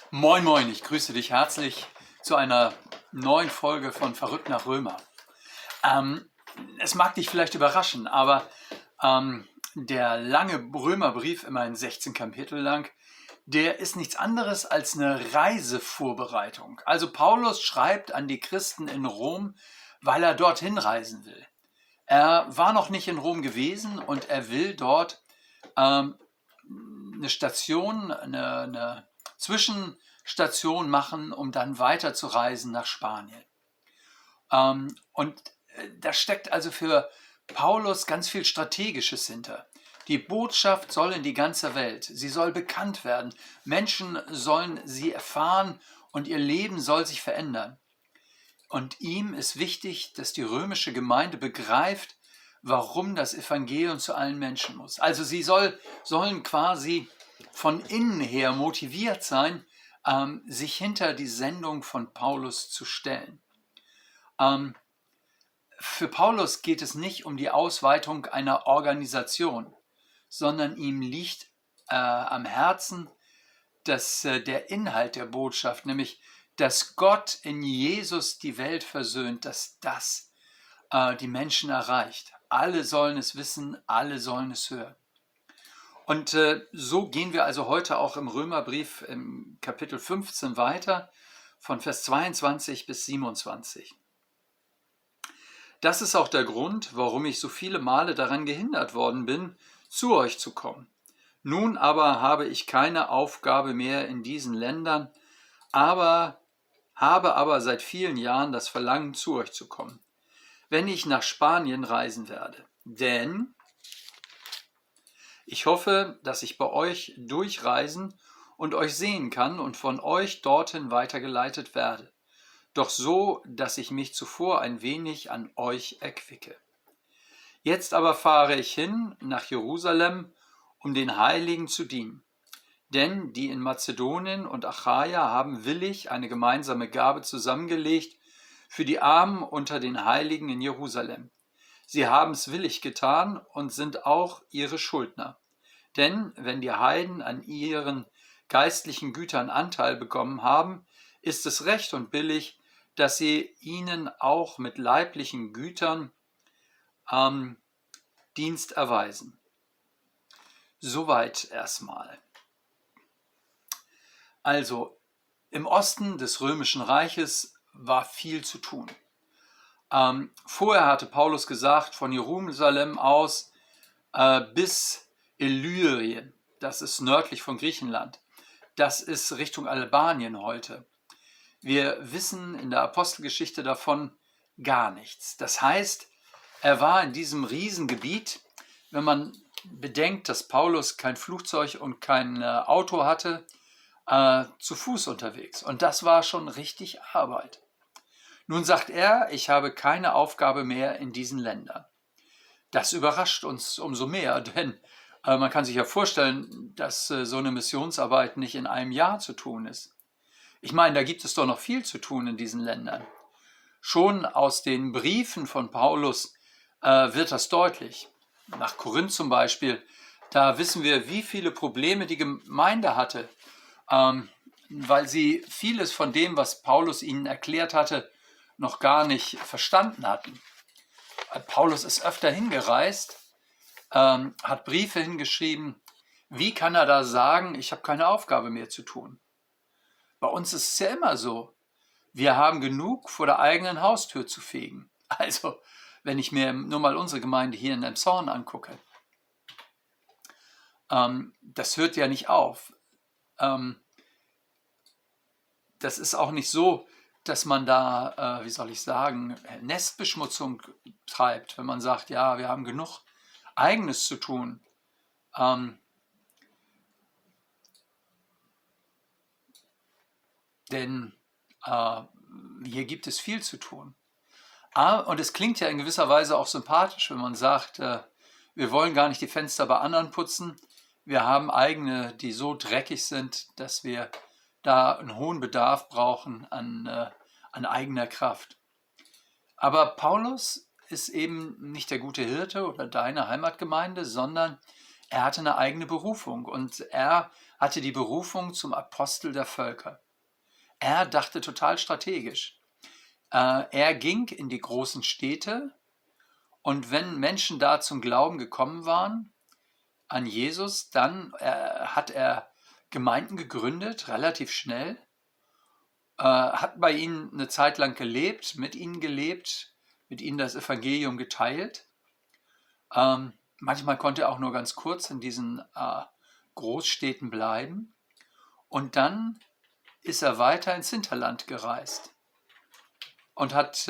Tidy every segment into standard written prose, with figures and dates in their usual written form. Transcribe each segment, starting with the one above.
Moin Moin, ich grüße dich herzlich zu einer neuen Folge von Verrückt nach Römer. Ähm, Es mag dich vielleicht überraschen, aber der lange Römerbrief, immerhin 16 Kapitel lang, der ist nichts anderes als eine Reisevorbereitung. Also Paulus schreibt an die Christen in Rom, weil er dorthin reisen will. Er war noch nicht in Rom gewesen und er will dort ähm, eine Station, eine Zwischenstation machen, um dann weiter zu reisen nach Spanien. Und da steckt also für Paulus ganz viel Strategisches hinter. Die Botschaft soll in die ganze Welt, sie soll bekannt werden, Menschen sollen sie erfahren und ihr Leben soll sich verändern. Und ihm ist wichtig, dass die römische Gemeinde begreift, warum das Evangelium zu allen Menschen muss. Also sie sollen quasi von innen her motiviert sein, sich hinter die Sendung von Paulus zu stellen. Für Paulus geht es nicht um die Ausweitung einer Organisation, sondern ihm liegt am Herzen, dass der Inhalt der Botschaft, nämlich dass Gott in Jesus die Welt versöhnt, dass das die Menschen erreicht. Alle sollen es wissen, alle sollen es hören. Und so gehen wir also heute auch im Römerbrief im Kapitel 15 weiter, von Vers 22 bis 27. Das ist auch der Grund, warum ich so viele Male daran gehindert worden bin, zu euch zu kommen. Nun aber habe ich keine Aufgabe mehr in diesen Ländern, habe aber seit vielen Jahren das Verlangen, zu euch zu kommen, wenn ich nach Spanien reisen werde. Denn ich hoffe, dass ich bei euch durchreisen und euch sehen kann und von euch dorthin weitergeleitet werde. Doch so, dass ich mich zuvor ein wenig an euch erquicke. Jetzt aber fahre ich hin nach Jerusalem, um den Heiligen zu dienen. Denn die in Mazedonien und Achaia haben willig eine gemeinsame Gabe zusammengelegt für die Armen unter den Heiligen in Jerusalem. Sie haben es willig getan und sind auch ihre Schuldner. Denn wenn die Heiden an ihren geistlichen Gütern Anteil bekommen haben, ist es recht und billig, dass sie ihnen auch mit leiblichen Gütern Dienst erweisen. Soweit erstmal. Also im Osten des Römischen Reiches war viel zu tun. Vorher hatte Paulus gesagt, von Jerusalem aus bis Illyrien, das ist nördlich von Griechenland, das ist Richtung Albanien heute. Wir wissen in der Apostelgeschichte davon gar nichts. Das heißt, er war in diesem Riesengebiet, wenn man bedenkt, dass Paulus kein Flugzeug und kein Auto hatte, zu Fuß unterwegs. Und das war schon richtig Arbeit. Nun sagt er, ich habe keine Aufgabe mehr in diesen Ländern. Das überrascht uns umso mehr, denn man kann sich ja vorstellen, dass so eine Missionsarbeit nicht in einem Jahr zu tun ist. Ich meine, da gibt es doch noch viel zu tun in diesen Ländern. Schon aus den Briefen von Paulus wird das deutlich. Nach Korinth zum Beispiel, da wissen wir, wie viele Probleme die Gemeinde hatte, weil sie vieles von dem, was Paulus ihnen erklärt hatte, noch gar nicht verstanden hatten. Paulus ist öfter hingereist, hat Briefe hingeschrieben. Wie kann er da sagen, ich habe keine Aufgabe mehr zu tun? Bei uns ist es ja immer so. Wir haben genug vor der eigenen Haustür zu fegen. Also, wenn ich mir nur mal unsere Gemeinde hier in Emshorn angucke. Das hört ja nicht auf. Das ist auch nicht so, dass man da, wie soll ich sagen, Nestbeschmutzung treibt, wenn man sagt, ja, wir haben genug Eigenes zu tun. Denn hier gibt es viel zu tun. Und es klingt ja in gewisser Weise auch sympathisch, wenn man sagt, wir wollen gar nicht die Fenster bei anderen putzen. Wir haben eigene, die so dreckig sind, dass wir da einen hohen Bedarf brauchen an eigener Kraft. Aber Paulus ist eben nicht der gute Hirte oder deine Heimatgemeinde, sondern er hatte eine eigene Berufung und er hatte die Berufung zum Apostel der Völker. Er dachte total strategisch. Er ging in die großen Städte und wenn Menschen da zum Glauben gekommen waren an Jesus, dann hat er Gemeinden gegründet, relativ schnell, hat bei ihnen eine Zeit lang gelebt, mit ihnen das Evangelium geteilt. Manchmal konnte er auch nur ganz kurz in diesen Großstädten bleiben. Und dann ist er weiter ins Hinterland gereist und hat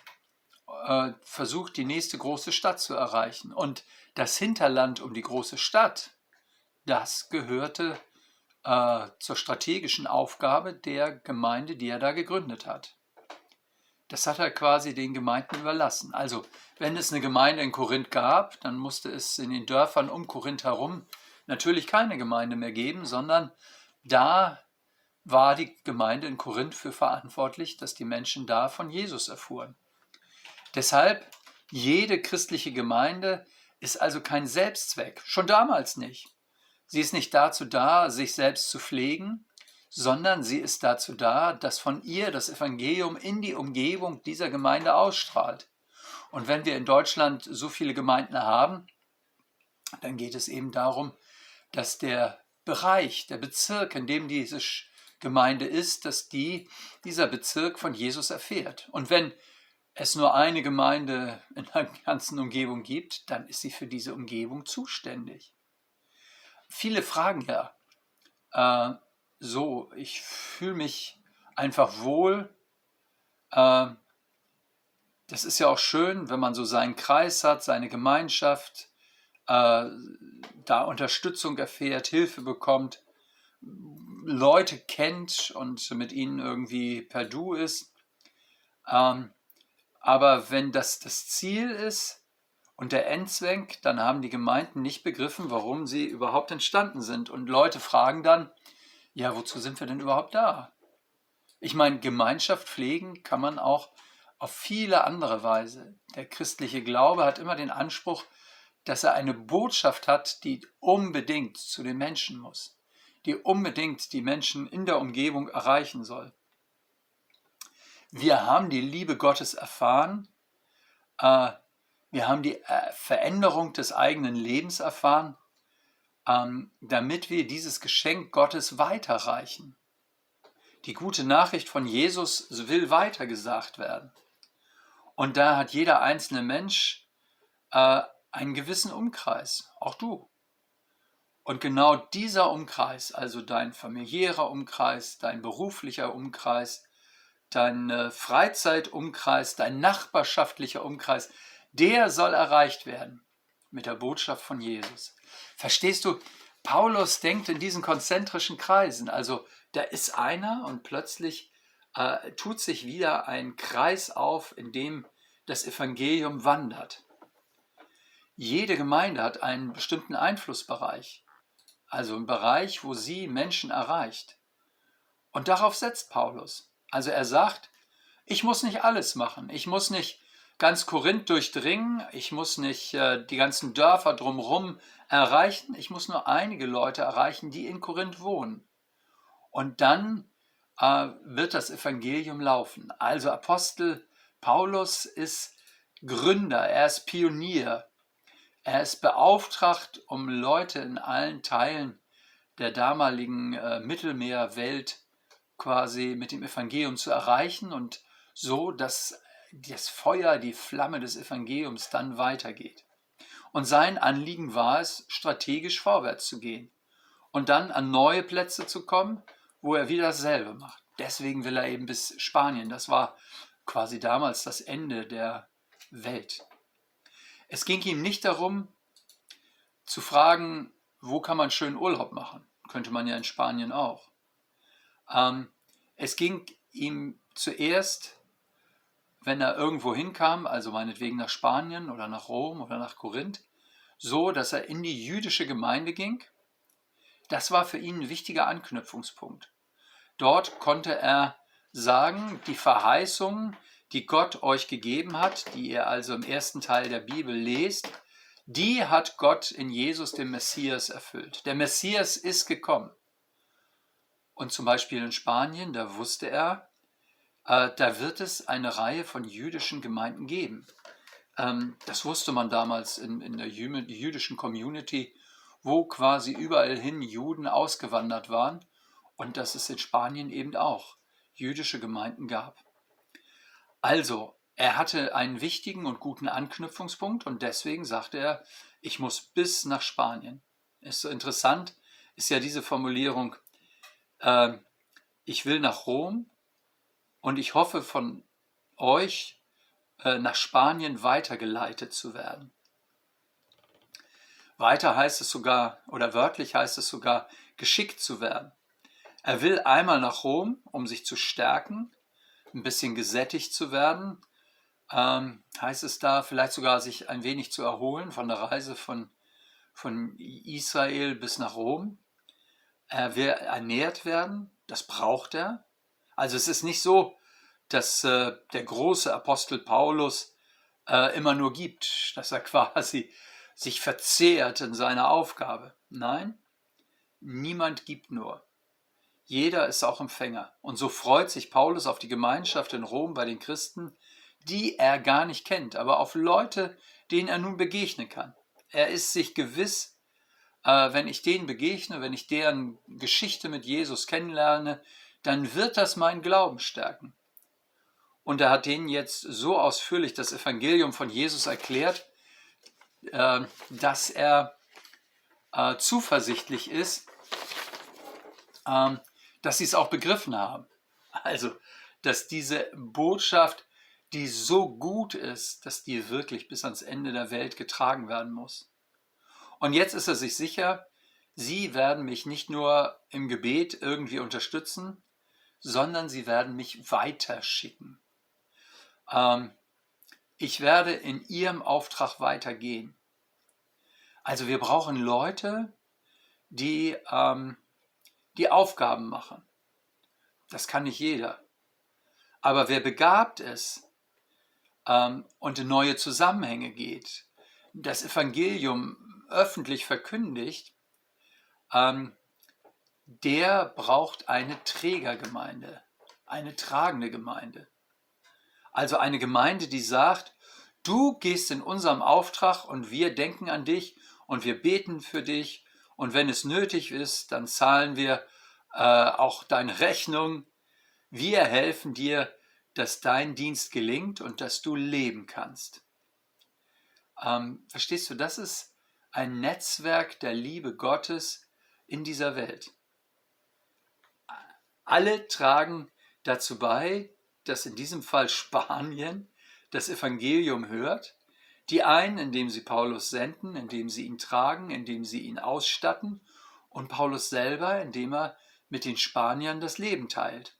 versucht, die nächste große Stadt zu erreichen. Und das Hinterland um die große Stadt, das gehörte zur strategischen Aufgabe der Gemeinde, die er da gegründet hat. Das hat er quasi den Gemeinden überlassen. Also, wenn es eine Gemeinde in Korinth gab, dann musste es in den Dörfern um Korinth herum natürlich keine Gemeinde mehr geben, sondern da war die Gemeinde in Korinth für verantwortlich, dass die Menschen da von Jesus erfuhren. Deshalb, jede christliche Gemeinde ist also kein Selbstzweck, schon damals nicht. Sie ist nicht dazu da, sich selbst zu pflegen, sondern sie ist dazu da, dass von ihr das Evangelium in die Umgebung dieser Gemeinde ausstrahlt. Und wenn wir in Deutschland so viele Gemeinden haben, dann geht es eben darum, dass der Bereich, der Bezirk, in dem diese Gemeinde ist, dass dieser Bezirk von Jesus erfährt. Und wenn es nur eine Gemeinde in der ganzen Umgebung gibt, dann ist sie für diese Umgebung zuständig. Viele fragen ja, ich fühle mich einfach wohl. Das ist ja auch schön, wenn man so seinen Kreis hat, seine Gemeinschaft, da Unterstützung erfährt, Hilfe bekommt, Leute kennt und mit ihnen irgendwie per Du ist. Aber wenn das Ziel ist und der Endzweck, dann haben die Gemeinden nicht begriffen, warum sie überhaupt entstanden sind. Und Leute fragen dann, ja, wozu sind wir denn überhaupt da? Ich meine, Gemeinschaft pflegen kann man auch auf viele andere Weise. Der christliche Glaube hat immer den Anspruch, dass er eine Botschaft hat, die unbedingt zu den Menschen muss, die unbedingt die Menschen in der Umgebung erreichen soll. Wir haben die Liebe Gottes erfahren, wir haben die Veränderung des eigenen Lebens erfahren, damit wir dieses Geschenk Gottes weiterreichen. Die gute Nachricht von Jesus will weitergesagt werden. Und da hat jeder einzelne Mensch einen gewissen Umkreis, auch du. Und genau dieser Umkreis, also dein familiärer Umkreis, dein beruflicher Umkreis, dein Freizeitumkreis, dein nachbarschaftlicher Umkreis, der soll erreicht werden mit der Botschaft von Jesus. Verstehst du, Paulus denkt in diesen konzentrischen Kreisen, also da ist einer und plötzlich tut sich wieder ein Kreis auf, in dem das Evangelium wandert. Jede Gemeinde hat einen bestimmten Einflussbereich, also einen Bereich, wo sie Menschen erreicht. Und darauf setzt Paulus. Also er sagt, ich muss nicht alles machen, ich muss nicht ganz Korinth durchdringen, ich muss nicht die ganzen Dörfer drumherum erreichen, ich muss nur einige Leute erreichen, die in Korinth wohnen. Und dann wird das Evangelium laufen. Also Apostel Paulus ist Gründer, er ist Pionier, er ist beauftragt, um Leute in allen Teilen der damaligen Mittelmeerwelt quasi mit dem Evangelium zu erreichen und so, dass das Feuer, die Flamme des Evangeliums dann weitergeht. Und sein Anliegen war es, strategisch vorwärts zu gehen und dann an neue Plätze zu kommen, wo er wieder dasselbe macht. Deswegen will er eben bis Spanien. Das war quasi damals das Ende der Welt. Es ging ihm nicht darum, zu fragen, wo kann man schön Urlaub machen? Könnte man ja in Spanien auch. Es ging ihm zuerst, wenn er irgendwo hinkam, also meinetwegen nach Spanien oder nach Rom oder nach Korinth, so, dass er in die jüdische Gemeinde ging. Das war für ihn ein wichtiger Anknüpfungspunkt. Dort konnte er sagen, die Verheißungen, die Gott euch gegeben hat, die ihr also im ersten Teil der Bibel lest, die hat Gott in Jesus, dem Messias, erfüllt. Der Messias ist gekommen. Und zum Beispiel in Spanien, da wusste er, da wird es eine Reihe von jüdischen Gemeinden geben. Das wusste man damals in der jüdischen Community, wo quasi überall hin Juden ausgewandert waren und dass es in Spanien eben auch jüdische Gemeinden gab. Also, er hatte einen wichtigen und guten Anknüpfungspunkt und deswegen sagte er, ich muss bis nach Spanien. Ist so interessant, ist ja diese Formulierung, äh, ich will nach Rom und ich hoffe von euch nach Spanien weitergeleitet zu werden. Weiter heißt es sogar, oder wörtlich heißt es sogar, geschickt zu werden. Er will einmal nach Rom, um sich zu stärken, ein bisschen gesättigt zu werden, heißt es da, vielleicht sogar sich ein wenig zu erholen von der Reise von Israel bis nach Rom. Er will ernährt werden, das braucht er. Also es ist nicht so, dass der große Apostel Paulus immer nur gibt, dass er quasi sich verzehrt in seiner Aufgabe. Nein, niemand gibt nur. Jeder ist auch Empfänger. Und so freut sich Paulus auf die Gemeinschaft in Rom bei den Christen, die er gar nicht kennt, aber auf Leute, denen er nun begegnen kann. Er ist sich gewiss, wenn ich denen begegne, wenn ich deren Geschichte mit Jesus kennenlerne, dann wird das meinen Glauben stärken. Und er hat denen jetzt so ausführlich das Evangelium von Jesus erklärt, dass er zuversichtlich ist, dass sie es auch begriffen haben. Also, dass diese Botschaft, die so gut ist, dass die wirklich bis ans Ende der Welt getragen werden muss. Und jetzt ist er sich sicher, sie werden mich nicht nur im Gebet irgendwie unterstützen, sondern sie werden mich weiterschicken. Ich werde in ihrem Auftrag weitergehen. Also wir brauchen Leute, die die Aufgaben machen. Das kann nicht jeder. Aber wer begabt ist und in neue Zusammenhänge geht, das Evangelium öffentlich verkündigt, der braucht eine Trägergemeinde, eine tragende Gemeinde. Also eine Gemeinde, die sagt, du gehst in unserem Auftrag und wir denken an dich und wir beten für dich und wenn es nötig ist, dann zahlen wir auch deine Rechnung. Wir helfen dir, dass dein Dienst gelingt und dass du leben kannst. Verstehst du, das ist ein Netzwerk der Liebe Gottes in dieser Welt. Alle tragen dazu bei, dass in diesem Fall Spanien das Evangelium hört. Die einen, indem sie Paulus senden, indem sie ihn tragen, indem sie ihn ausstatten und Paulus selber, indem er mit den Spaniern das Leben teilt.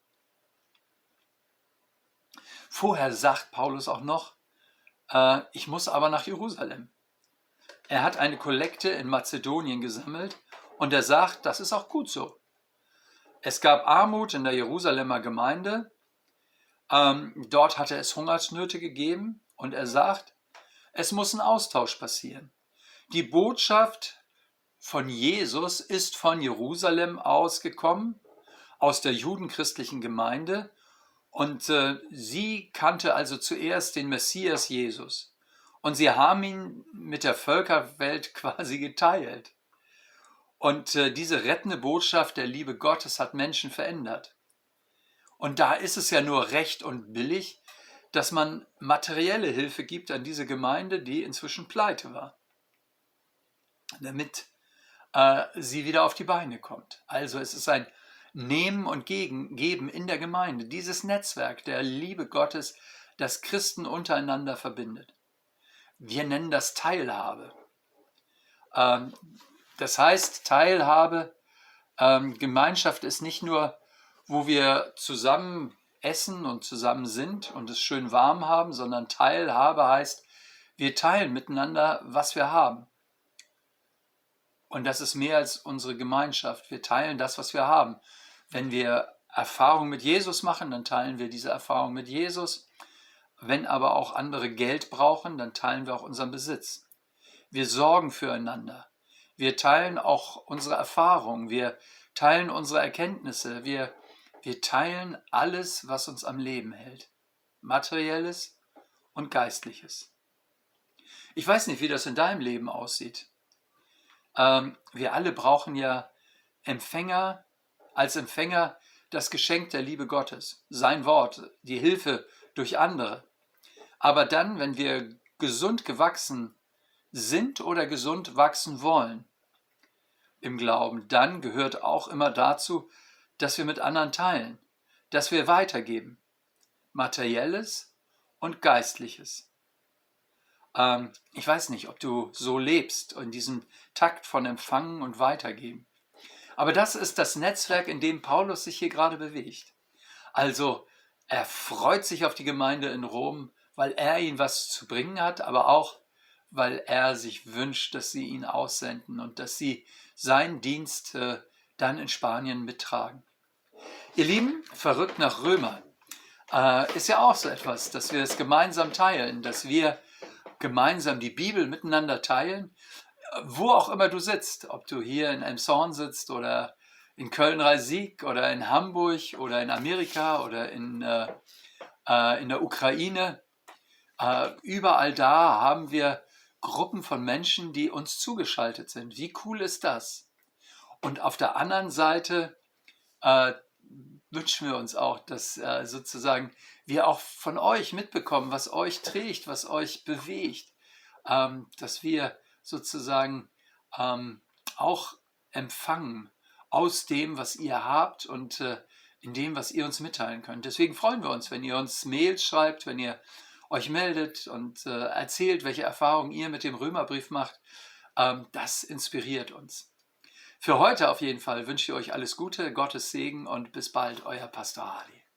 Vorher sagt Paulus auch noch, ich muss aber nach Jerusalem. Er hat eine Kollekte in Mazedonien gesammelt und er sagt, das ist auch gut so. Es gab Armut in der Jerusalemer Gemeinde, dort hatte es Hungersnöte gegeben und er sagt, es muss ein Austausch passieren. Die Botschaft von Jesus ist von Jerusalem ausgekommen, aus der judenchristlichen Gemeinde und sie kannte also zuerst den Messias Jesus und sie haben ihn mit der Völkerwelt quasi geteilt. Und diese rettende Botschaft der Liebe Gottes hat Menschen verändert. Und da ist es ja nur recht und billig, dass man materielle Hilfe gibt an diese Gemeinde, die inzwischen pleite war, damit sie wieder auf die Beine kommt. Also es ist ein Nehmen und Geben in der Gemeinde, dieses Netzwerk der Liebe Gottes, das Christen untereinander verbindet. Wir nennen das Teilhabe. Das heißt, Teilhabe, Gemeinschaft ist nicht nur, wo wir zusammen essen und zusammen sind und es schön warm haben, sondern Teilhabe heißt, wir teilen miteinander, was wir haben. Und das ist mehr als unsere Gemeinschaft. Wir teilen das, was wir haben. Wenn wir Erfahrung mit Jesus machen, dann teilen wir diese Erfahrung mit Jesus. Wenn aber auch andere Geld brauchen, dann teilen wir auch unseren Besitz. Wir sorgen füreinander. Wir teilen auch unsere Erfahrungen. Wir teilen unsere Erkenntnisse, wir teilen alles, was uns am Leben hält. Materielles und Geistliches. Ich weiß nicht, wie das in deinem Leben aussieht. Wir alle brauchen ja als Empfänger das Geschenk der Liebe Gottes, sein Wort, die Hilfe durch andere. Aber dann, wenn wir gesund gewachsen sind oder gesund wachsen wollen im Glauben, dann gehört auch immer dazu, dass wir mit anderen teilen, dass wir weitergeben, Materielles und Geistliches. Ich weiß nicht, ob du so lebst, in diesem Takt von Empfangen und Weitergeben. Aber das ist das Netzwerk, in dem Paulus sich hier gerade bewegt. Also er freut sich auf die Gemeinde in Rom, weil er ihnen was zu bringen hat, aber auch, weil er sich wünscht, dass sie ihn aussenden und dass sie seinen Dienst dann in Spanien mittragen. Ihr Lieben, verrückt nach Römer ist ja auch so etwas, dass wir es gemeinsam teilen, dass wir gemeinsam die Bibel miteinander teilen, wo auch immer du sitzt, ob du hier in Elmshorn sitzt oder in Köln-Reisig oder in Hamburg oder in Amerika oder in der Ukraine. Überall da haben wir Gruppen von Menschen, die uns zugeschaltet sind. Wie cool ist das? Und auf der anderen Seite wünschen wir uns auch, dass sozusagen wir auch von euch mitbekommen, was euch trägt, was euch bewegt, dass wir sozusagen auch empfangen aus dem, was ihr habt und in dem, was ihr uns mitteilen könnt. Deswegen freuen wir uns, wenn ihr uns Mails schreibt, wenn ihr euch meldet und erzählt, welche Erfahrungen ihr mit dem Römerbrief macht. Das inspiriert uns. Für heute auf jeden Fall wünsche ich euch alles Gute, Gottes Segen und bis bald, euer Pastor Hardy.